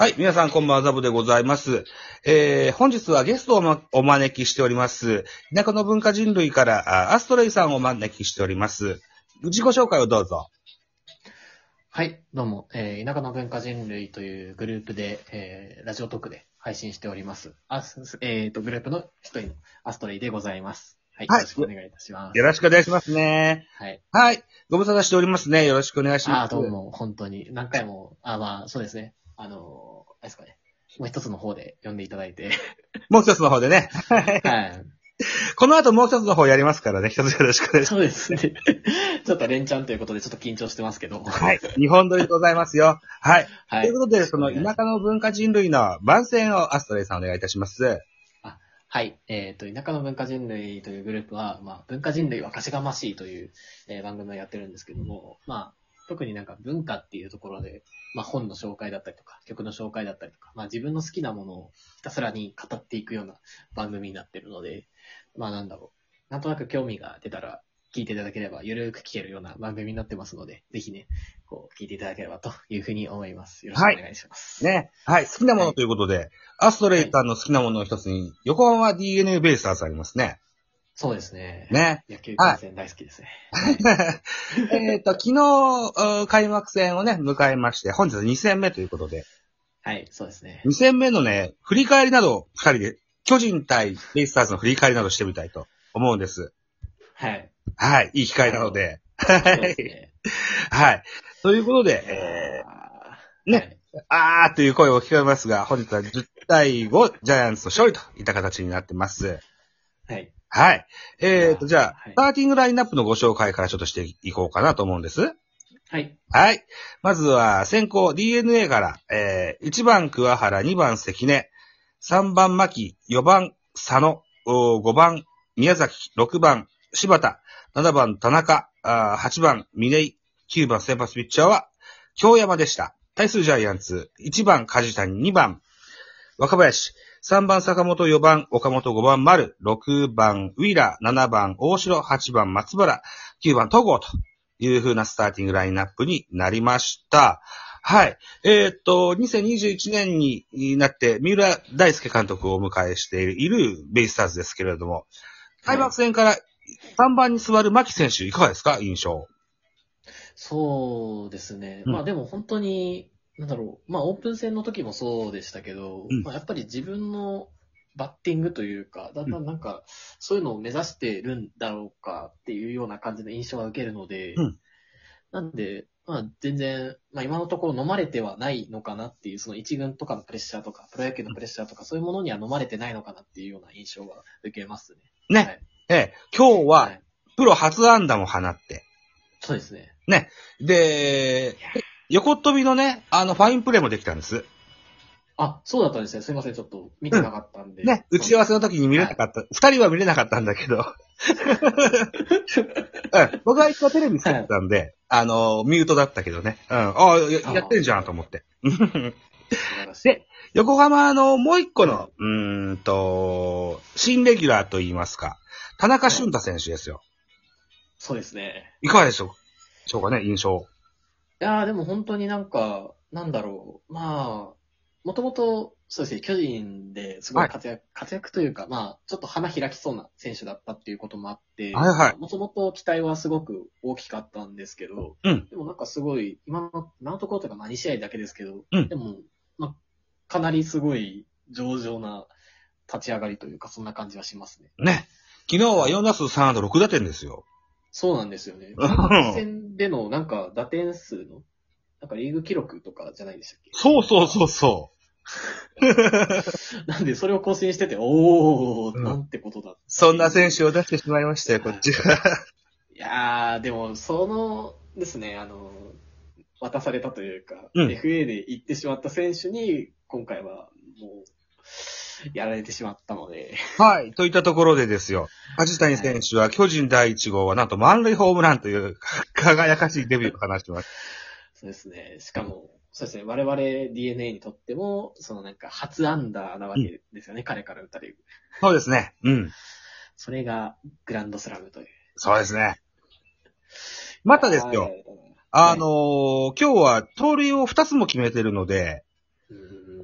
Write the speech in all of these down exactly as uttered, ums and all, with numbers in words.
はい、皆さんこんばんは、ザブでございます。えー、本日はゲストを、ま、お招きしております。田舎の文化人類からアストレイさんをお招きしております。自己紹介をどうぞ。 はい、どうも、えー、田舎の文化人類というグループで、えー、ラジオトークで配信しております。あ、えーと、グループの一人のアストレイでございます。はい、 はい、 よろしくお願いいたします。 よろしくお願いしますね。 はい。 はい、ご無沙汰しておりますね。よろしくお願いします。 あ、どうも、本当に、何回も、あ、まあ、そうですね。あの、あれですかね。もう一つの方で呼んでいただいて。 もう一つの方でね。 はい。 この後もう一つの方やりますからね。一つよろしくお願いします。 そうですね。ちょっと連チャンということでちょっと緊張してますけど。 はい。日本撮りでございますよ。はい。 はい。 ということで、その田舎の文化人類の番宣をアストレイさんお願いいたします。 あ、はい。えっ、と、田舎の文化人類というグループは、まあ、文化人類はかしがましいという、えー番組をやってるんですけども、まあ、特になんか文化っていうところで、まあ本の紹介だったりとか、曲の紹介だったりとか、まあ自分の好きなものをひたすらに語っていくような番組になってるので、まあなんだろう。なんとなく興味が出たら聞いていただければ、ゆるーく聞けるような番組になってますので、ぜひね、こう聞いていただければというふうに思います。よろしくお願いします。 ね。はい。好きなものということで、はい、アストレイさんの好きなものの一つに、横浜 ディーエヌエー ベイスターズありますね。 そうですね。 ね。 野球観戦大好きですね。 はい、えっと、昨日、開幕戦をね、迎えまして、本日に戦目ということで。 はい、そうですね。 に戦目のね、振り返りなど、二人で、巨人対ベイスターズの振り返りなどしてみたいと思うんです。 はい。 はい。いい機会なので。 はい。そうですね。 はい。ということで、えー、ね、はい、あーという声を聞こえますが、本日はじゅう対ご、ジャイアンツの勝利といった形になってます。 はい。 はい。えーと、じゃあ、 はい、 スターティングラインナップのご紹介からちょっとしていこうかなと思うんです。 はい。 はい。まずは、先行 ディーエヌエー から、えー、いちばん桑原、にばん関根、さんばん牧、よんばん佐野、ごばん宮崎、ろくばん柴田、ななばん田中、はちばん峰井、きゅうばん先発ピッチャーは京山でした。対するジャイアンツ、いちばん梶谷、にばん若林、さんばん坂本、よんばん岡本、ごばん丸、ろくばんウィーラー、ななばん大城、はちばん松原、きゅうばん戸郷という風なスターティングラインナップになりました。はい。えー、っと、にせんにじゅういちねんになって、三浦大輔監督をお迎えしているベイスターズですけれども、開幕戦からさんばんに座る牧選手、いかがですか、印象。 そうですね。うん、まあでも本当に、なんだろう。まあオープン戦の時もそうでしたけど、うん、まあやっぱり自分のバッティングというか、だんだんなんか、そういうのを目指してるんだろうかっていうような感じの印象が受けるので、うん、なんで、まあ全然、まあ今のところ飲まれてはないのかなっていう、その一軍とかのプレッシャーとか、プロ野球のプレッシャーとか、そういうものには飲まれてないのかなっていうような印象が受けますね。 ね。はい、ええ、今日は、プロ初安打も放って、 そうですね。 ね。で、横飛びのね、あの、ファインプレーもできたんです。 あ、そうだったんですね。すいません。ちょっと見てなかったんで。 うん、ね。打ち合わせの時に見れなかった。二、はい、人は見れなかったんだけど。うん、僕は一度テレビつけてたんで、はい、あの、ミュートだったけどね。うん。ああ、や, やってんじゃんと思って。で、横浜のもう一個の、うーんと、新レギュラーと言いますか、田中俊太選手ですよ。 そうですね。 いかがでしょうしょうかね、印象。 いやー、でも本当になんか、なんだろう。まあ、もともと、そうですね、巨人ですごい活躍、はい、活躍というか、まあ、ちょっと花開きそうな選手だったっていうこともあって、 はいはい。 もともと期待はすごく大きかったんですけど、 うん。 でもなんかすごい、今の、今のところというか、まあに試合だけですけど、 うん。 でも、まあ、かなりすごい上々な立ち上がりというか、そんな感じはしますね。 ね。昨日はよん打数さん安打ろく打点ですよ。 そうなんですよね。開幕戦でのなんか打点数の、なんかリーグ記録とかじゃないでしたっけ？ そうそうそうそう。 なんでそれを更新してて、おー、うん、なんてことだ。 そんな選手を出してしまいましたよ、こっちが。 いやー、でも、そのですね、あの、渡されたというか、うん、エフエー で行ってしまった選手に、今回はもう、やられてしまったので。 はい。といったところでですよ。梶谷選手は巨人第一号はなんと満塁ホームランという輝かしいデビューを話してます。 そうですね。しかも、そうですね。我々 ディーエヌエー にとっても、そのなんか初アンダーなわけですよね。うん、彼から打たれる。 そうですね。うん。 それがグランドスラムという。 そうですね。またですよ。あのー、今日は盗塁をふたつも決めてるので、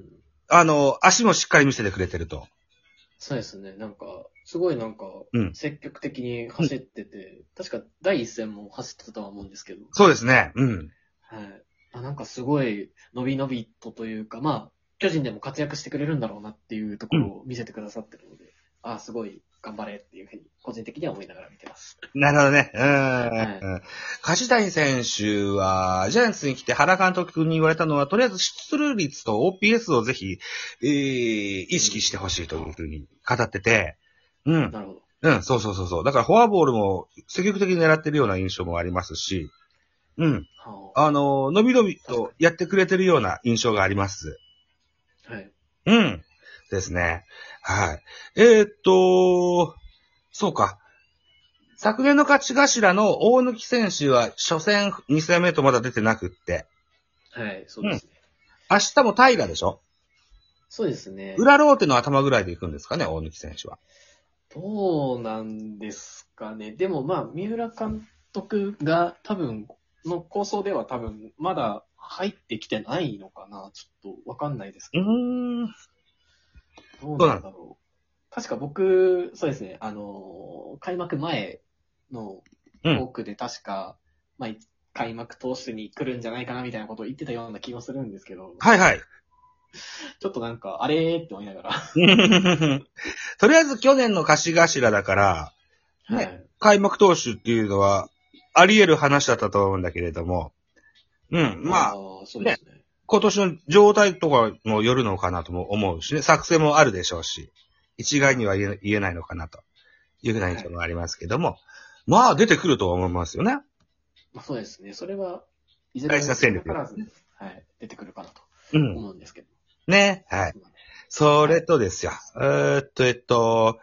あの、足もしっかり見せてくれてると。 そうですね。なんか、すごいなんかう、ん。 積極的に走ってて、確か第一戦も走ってたとは思うんですけど、 そうですね。うん。 はい。あ、なんかすごい、伸び伸びとというか、まあ、巨人でも活躍してくれるんだろうなっていうところを見せてくださってるので、あ、すごい頑張れっていうふうに、個人的には思いながら見てます。 なるほどね。うん。 はいうん梶谷選手は、ジャイアンツに来て原監督に言われたのは、とりあえず出塁率と オーピーエス をぜひ、えー、意識してほしいというふうに語ってて、うん。 なるほど。 うん、そうそうそうそう。だからフォアボールも積極的に狙ってるような印象もありますし、うん。 はあの、伸び伸びとやってくれてるような印象があります。 あ、はい。 うん。ですね。はい。えー、っと、そうか。昨年の勝ち頭の大貫選手は初戦、に戦目とまだ出てなくって。 はい、そうですね。 明日も平でしょ？ そうですね。 裏ローテの頭ぐらいで行くんですかね、大貫選手は。 どうなんですかね。でもまあ、三浦監督が多分、の構想では多分、まだ入ってきてないのかな。ちょっとわかんないですうーけど。 ん。 どうなんだろう。確か僕、そうですね、あの、開幕前のうん。 トークで確か、まあ、開幕投手に来るんじゃないかなみたいなことを言ってたような気がするんですけど、 はいはい。 ちょっとなんか、あれーって思いながら。 とりあえず去年の勝ち頭だから、ね、 はい。 開幕投手っていうのは、あり得る話だったと思うんだけれども、うん、まあ、 ああ、そうですね。 今年の状態とかもよるのかなとも思うしね、作戦もあるでしょうし、一概には言え言えないのかなというふうな印象がありますけども、まあ出てくるとは思いますよね。 まあ、そうですね。それは、いずれ大事な戦力少なからず、はい、出てくるかなとうん。 思うんですけど。 ね。はい。それとですよ。えーっと、えっと、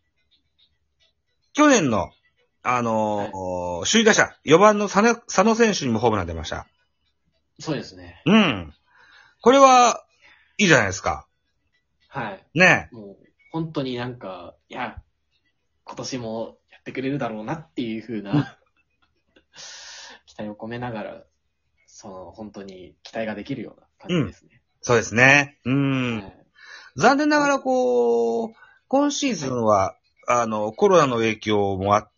去年の、あのー首位打者、よばんの佐野佐野選手にもホームラン出ました。 そうですね。 うん。これは、いいじゃないですか。 はい。 ね。 もう、本当になんか、いや、今年もやってくれるだろうなっていう風な期待を込めながら、その、本当に期待ができるような感じですね。 そうですね。うん。 はい。 残念ながら、こう、今シーズンは、あの、コロナの影響もあって、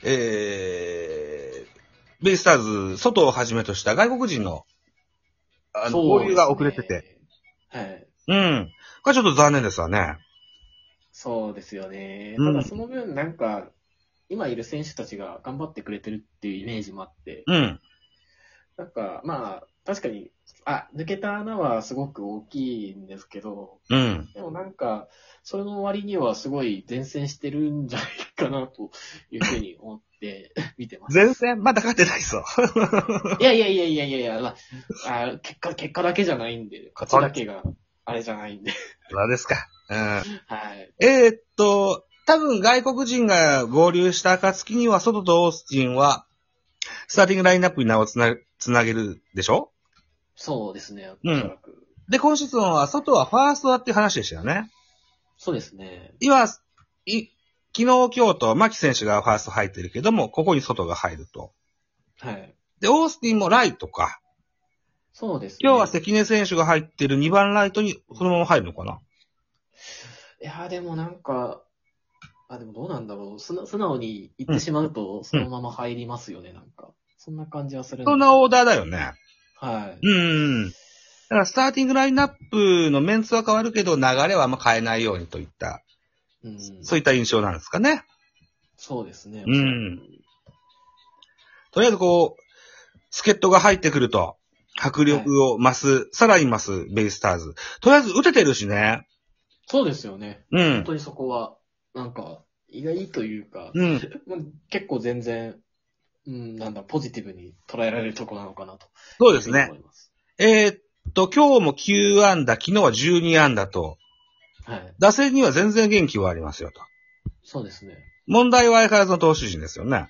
えー、ベイスターズ、外をはじめとした外国人の、あの、合流が遅れてて。 はい。 うん。これちょっと残念ですわね。 そうですよね。 うんただその分、なんか、今いる選手たちが頑張ってくれてるっていうイメージもあって、 うん。 なんか、まあ、確かに、あ、抜けた穴はすごく大きいんですけど、 うん。 でもなんか、それの割にはすごい前線してるんじゃないかなというふうに思って見てます。 全然、まだ勝ってないぞ。 いやいやいやいやいやいや、まあ、あ結果、結果だけじゃないんで、勝ちだけがあれじゃないんで。 そうですか。うん。 はい。 えーっと、多分外国人が合流した暁には、外とオースティンは、スターティングラインナップに名をつな、つなげるでしょ？ そうですね、 うんおそらく。 で、今シーズンは、外はファーストだっていう話でしたよね。 そうですね。 今、い、昨日、今日と、牧選手がファースト入ってるけども、ここに外が入ると。 はい。 で、オースティンもライトか。 そうですね。 今日は関根選手が入ってるにばんライトに、そのまま入るのかな？ いや、でもなんか、あ、でもどうなんだろう。素素直に言ってしまうと、そのまま入りますよね、なんか。そんな感じはするんですそんなオーダーだよね。 はい。 うん。だから、スターティングラインナップのメンツは変わるけど、流れはあんま変えないようにといった、 うん、 そういった印象なんですかね。 そうですね。 うんとりあえずこう、助っ人が入ってくると、迫力を増す、さらに増すベイスターズ。とりあえず打ててるしね。 そうですよね。 うん。 本当にそこは、なんか、意外というか、 うん。 まあ結構全然、うん、なんだ、ポジティブに捉えられるとこなのかなと。 そうですねいうふうに思。います。 えーっと、今日もきゅう安打、昨日はじゅうに安打と、 はい。 打線には全然元気はありますよと。 そうですね。 問題は相変わらずの投手陣ですよね。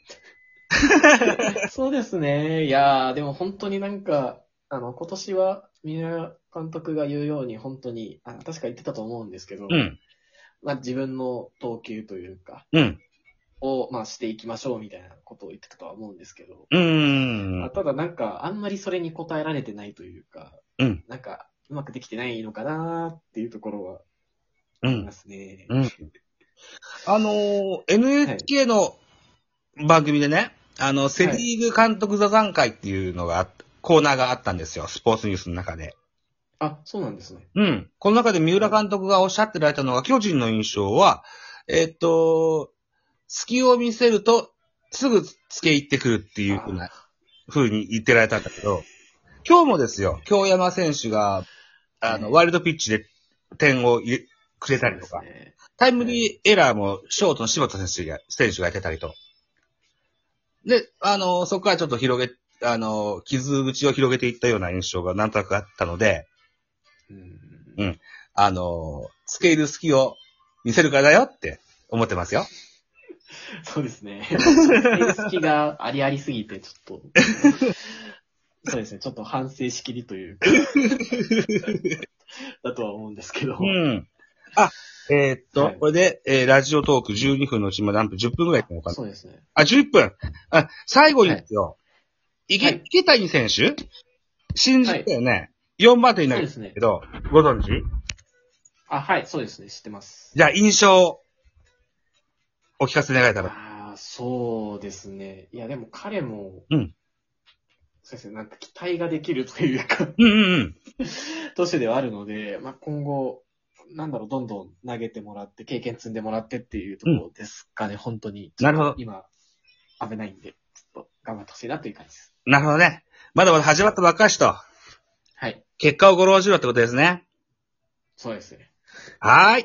そうですね。いやー、でも本当になんか、あの、今年は、三浦監督が言うように、本当に、あ、確か言ってたと思うんですけど、 うん。 まあ自分の投球というか、 うん。 を、まあしていきましょうみたいなことを言ってたとは思うんですけど、 うーん。 まあただなんか、あんまりそれに応えられてないというか、 うん。 なんか、 うまくできてないのかなっていうところはうんありま。すね。 うん。あのー、エヌエイチケー の番組でね、あの、セリーグ監督座談会っていうのがあっ、コーナーがあったんですよ。スポーツニュースの中で。 あ、そうなんですね。 うん。この中で三浦監督がおっしゃってられたのが、巨人の印象は、えっと、隙を見せると、すぐ付け入ってくるっていうふうな、風に言ってられたんだけど、今日もですよ、京山選手が、あの、 はいワイルドピッチで点を入れくれたりとか、 そうですね。 タイムリーエラーもショートの柴田選手が、選手がやってたりと。で、あの、そこからちょっと広げ、あの、傷口を広げていったような印象がなんとなくあったので、 うんうんあの、付け入る隙を見せるからだよって思ってますよ。 そうですね。定隙がありありすぎて、ちょっと、そうですね、ちょっと反省しきりというか、だとは思うんですけど。 うん。あ、えーっと、 はいこれで、えーラジオトークじゅうにふんのうちまで何分じゅっぷんぐらいいったのかな。 そうですね。 あ、じゅっぷん。あ、最後にですよ。池、 はい池谷選手新人だよね。よんばん手になるんですけど、ご存知？ あ、はい、そうですね、知ってます。 じゃあ、印象をお聞かせ願えたら。 ああ、そうですね。いや、でも彼も、 うんそうですね、なんか期待ができるというか、 うんうんうん。 投手ではあるので、まあ、今後、なんだろう、どんどん投げてもらって、経験積んでもらってっていうところですかね、本当に。 なるほど今、危ないんで、ちょっと頑張ってほしいなという感じです。 なるほどね。まだまだ始まったばっかりしと。 はい、 結果をごろうじろってことですね。 そうですね。 はーい。